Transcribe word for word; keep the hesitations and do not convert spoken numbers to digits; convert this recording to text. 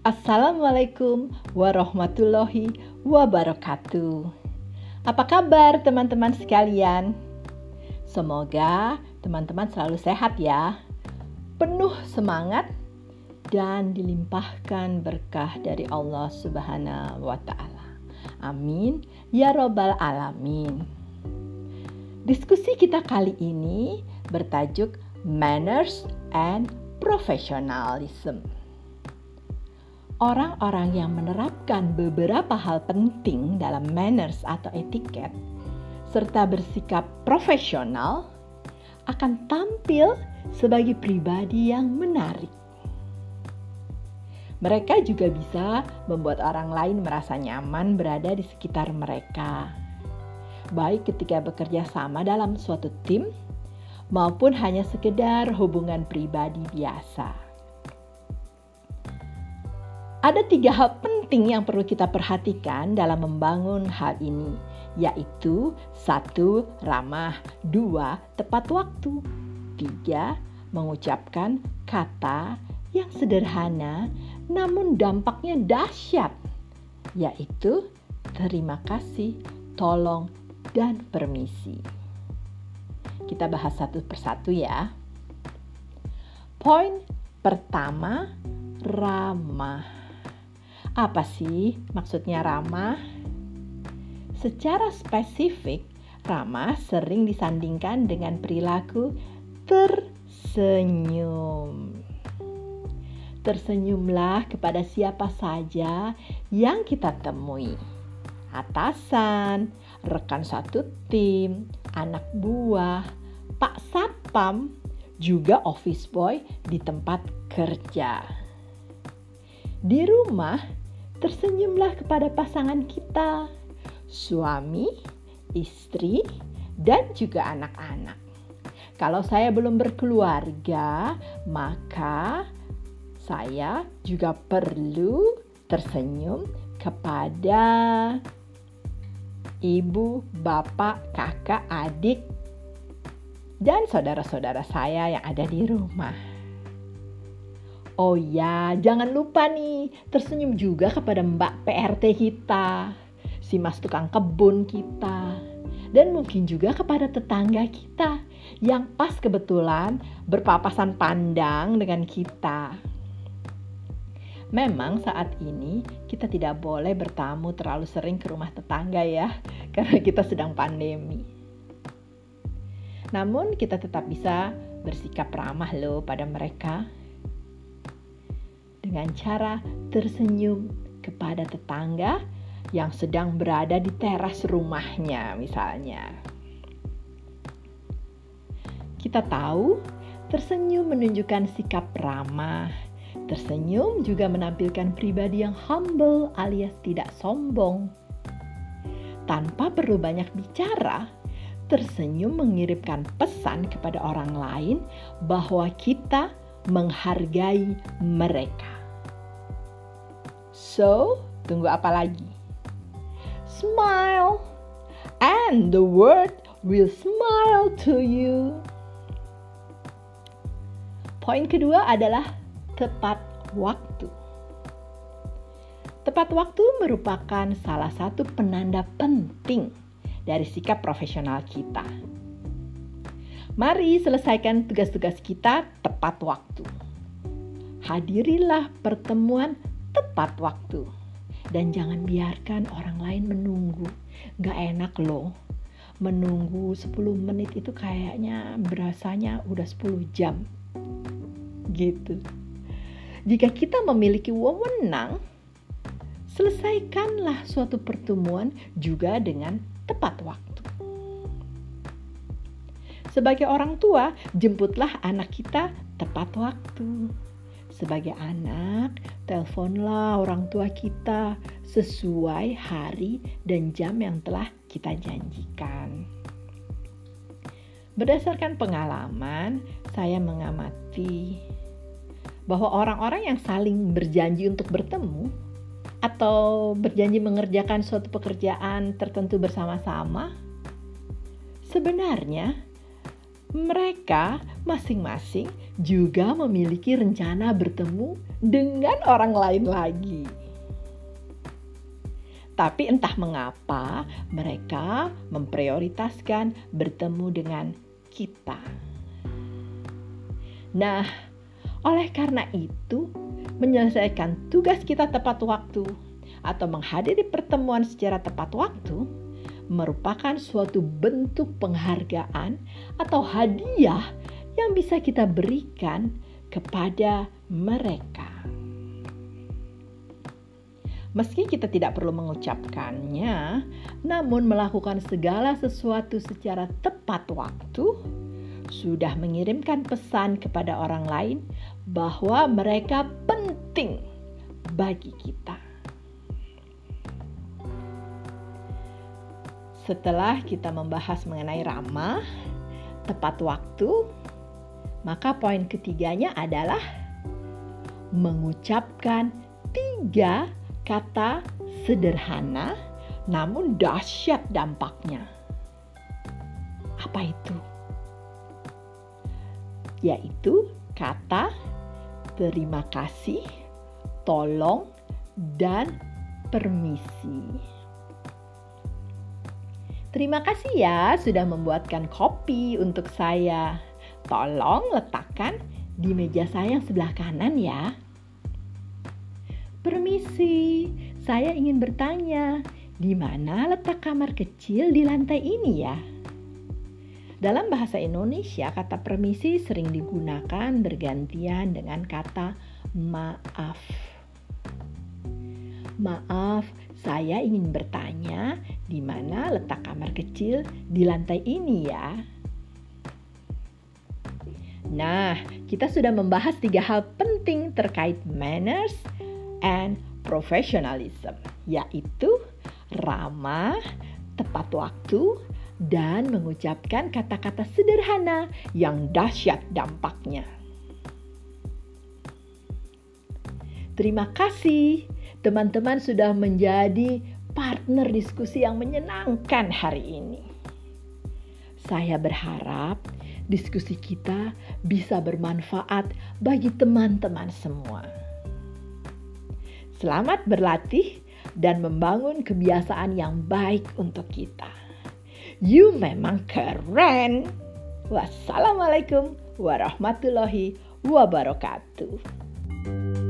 Assalamualaikum warahmatullahi wabarakatuh. Apa kabar teman-teman sekalian? Semoga teman-teman selalu sehat ya, penuh semangat dan dilimpahkan berkah dari Allah Subhanahu wa Ta'ala. Amin ya Rabbal Alamin. Diskusi kita kali ini bertajuk Manners and Professionalism. Orang-orang yang menerapkan beberapa hal penting dalam manners atau etiket serta bersikap profesional akan tampil sebagai pribadi yang menarik. Mereka juga bisa membuat orang lain merasa nyaman berada di sekitar mereka, baik ketika bekerja sama dalam suatu tim maupun hanya sekedar hubungan pribadi biasa. Ada tiga hal penting yang perlu kita perhatikan dalam membangun hal ini, yaitu satu, ramah, dua, tepat waktu, tiga, mengucapkan kata yang sederhana namun dampaknya dahsyat, yaitu terima kasih, tolong, dan permisi. Kita bahas satu persatu ya. Poin pertama, ramah. Apa sih maksudnya ramah? Secara spesifik, ramah sering disandingkan dengan perilaku tersenyum. Tersenyumlah kepada siapa saja yang kita temui. Atasan, rekan satu tim, anak buah, Pak Satpam, juga office boy di tempat kerja. Di rumah, tersenyumlah kepada pasangan kita, suami, istri, dan juga anak-anak. Kalau saya belum berkeluarga, maka saya juga perlu tersenyum kepada ibu, bapak, kakak, adik, dan saudara-saudara saya yang ada di rumah. Oh ya, jangan lupa nih, tersenyum juga kepada Mbak P R T kita, si Mas tukang kebun kita, dan mungkin juga kepada tetangga kita yang pas kebetulan berpapasan pandang dengan kita. Memang saat ini kita tidak boleh bertamu terlalu sering ke rumah tetangga ya, karena kita sedang pandemi. Namun kita tetap bisa bersikap ramah loh pada mereka, dengan cara tersenyum kepada tetangga yang sedang berada di teras rumahnya misalnya. Kita tahu tersenyum menunjukkan sikap ramah. Tersenyum juga menampilkan pribadi yang humble alias tidak sombong. Tanpa perlu banyak bicara, tersenyum mengirimkan pesan kepada orang lain bahwa kita menghargai mereka. So, tunggu apa lagi? Smile, and the world will smile to you. Poin kedua adalah tepat waktu. Tepat waktu merupakan salah satu penanda penting dari sikap profesional kita. Mari selesaikan tugas-tugas kita tepat waktu. Hadirilah pertemuan tepat waktu. Dan jangan biarkan orang lain menunggu. Gak enak loh. Menunggu sepuluh menit itu kayaknya berasanya udah sepuluh jam. Gitu. Jika kita memiliki wewenang, selesaikanlah suatu pertemuan juga dengan tepat waktu. Sebagai orang tua, jemputlah anak kita tepat waktu. Sebagai anak, teleponlah orang tua kita sesuai hari dan jam yang telah kita janjikan. Berdasarkan pengalaman, saya mengamati bahwa orang-orang yang saling berjanji untuk bertemu atau berjanji mengerjakan suatu pekerjaan tertentu bersama-sama, sebenarnya mereka masing-masing juga memiliki rencana bertemu dengan orang lain lagi. Tapi entah mengapa mereka memprioritaskan bertemu dengan kita. Nah, oleh karena itu, menyelesaikan tugas kita tepat waktu atau menghadiri pertemuan secara tepat waktu merupakan suatu bentuk penghargaan atau hadiah yang bisa kita berikan kepada mereka. Meski kita tidak perlu mengucapkannya, namun melakukan segala sesuatu secara tepat waktu sudah mengirimkan pesan kepada orang lain bahwa mereka penting bagi kita. Setelah kita membahas mengenai ramah, tepat waktu, maka poin ketiganya adalah mengucapkan tiga kata sederhana namun dahsyat dampaknya. Apa itu? Yaitu kata terima kasih, tolong, dan permisi. Terima kasih ya sudah membuatkan kopi untuk saya. Tolong letakkan di meja saya yang sebelah kanan ya. Permisi, saya ingin bertanya, di mana letak kamar kecil di lantai ini ya? Dalam bahasa Indonesia, kata permisi sering digunakan bergantian dengan kata maaf. Maaf, saya ingin bertanya, di mana letak kamar kecil di lantai ini ya? Nah, kita sudah membahas tiga hal penting terkait manners and professionalism, yaitu ramah, tepat waktu, dan mengucapkan kata-kata sederhana yang dahsyat dampaknya. Terima kasih, teman-teman sudah menjadi partner diskusi yang menyenangkan hari ini. Saya berharap diskusi kita bisa bermanfaat bagi teman-teman semua. Selamat berlatih dan membangun kebiasaan yang baik untuk kita. You memang keren. Wassalamualaikum warahmatullahi wabarakatuh.